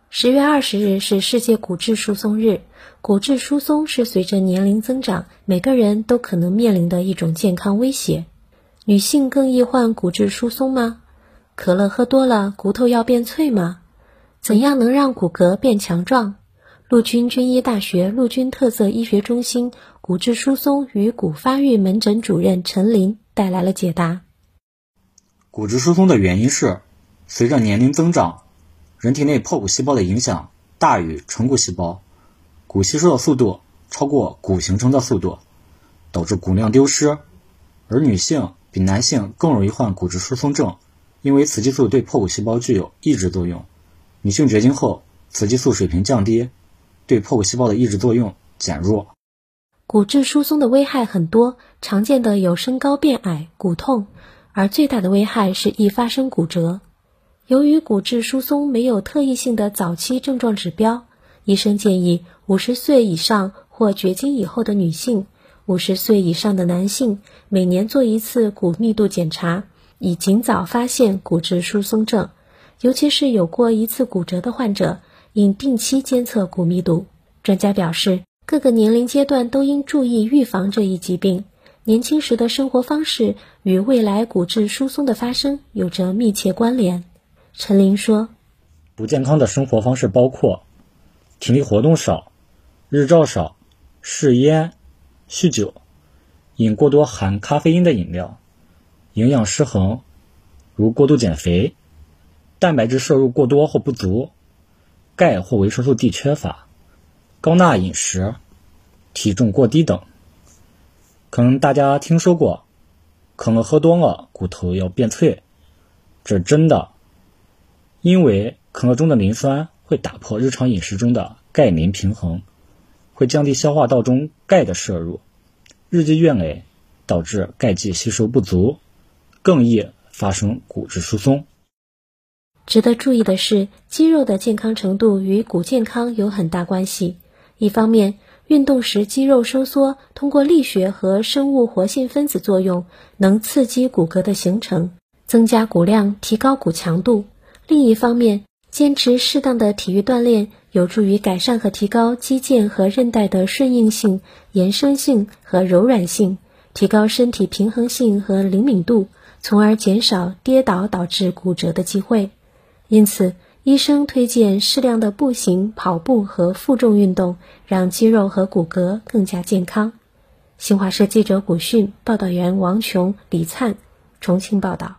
10月20日是世界骨质疏松日。骨质疏松是随着年龄增长，每个人都可能面临的一种健康威胁。女性更易患骨质疏松吗？可乐喝多了，骨头要变脆吗？怎样能让骨骼变强壮？陆军军医大学陆军特色医学中心骨质疏松与骨发育门诊主任陈林带来了解答。 骨质疏松的原因是，随着年龄增长，人体内破骨细胞的影响大于成骨细胞，骨吸收的速度超过骨形成的速度，导致骨量丢失。而女性比男性更容易患骨质疏松症，因为雌激素对破骨细胞具有抑制作用。女性绝经后，雌激素水平降低，对破骨细胞的抑制作用减弱。 骨质疏松的危害很多，常见的有身高变矮、骨痛，而最大的危害是易发生骨折。由于骨质疏松没有特异性的早期症状指标，医生建议50岁以上或绝经以后的女性、50岁以上的男性每年做一次骨密度检查，以尽早发现骨质疏松症。尤其是有过一次骨折的患者，应定期监测骨密度。专家表示，各个年龄阶段都应注意预防这一疾病。年轻时的生活方式与未来骨质疏松的发生有着密切关联。陈林说， 不健康的生活方式包括体力活动少、日照少、嗜烟、酗酒、饮过多含咖啡因的饮料、营养失衡，如过度减肥、蛋白质摄入过多或不足、钙或维生素 D 缺乏、高钠饮食、体重过低等。可能大家听说过，可乐喝多了骨头要变脆，这真的，因为可乐中的磷酸会打破日常饮食中的钙磷平衡，会降低消化道中钙的摄入，日积月累导致钙剂吸收不足，更易发生骨质疏松。 值得注意的是，肌肉的健康程度与骨健康有很大关系。一方面，运动时肌肉收缩通过力学和生物活性分子作用，能刺激骨骼的形成，增加骨量，提高骨强度。另一方面，坚持适当的体育锻炼有助于改善和提高肌腱和韧带的顺应性、延伸性和柔软性，提高身体平衡性和灵敏度，从而减少跌倒导致骨折的机会。因此，医生推荐适量的步行、跑步和负重运动，让肌肉和骨骼更加健康。新华社记者古迅，报道员王琼、李灿，重庆报道。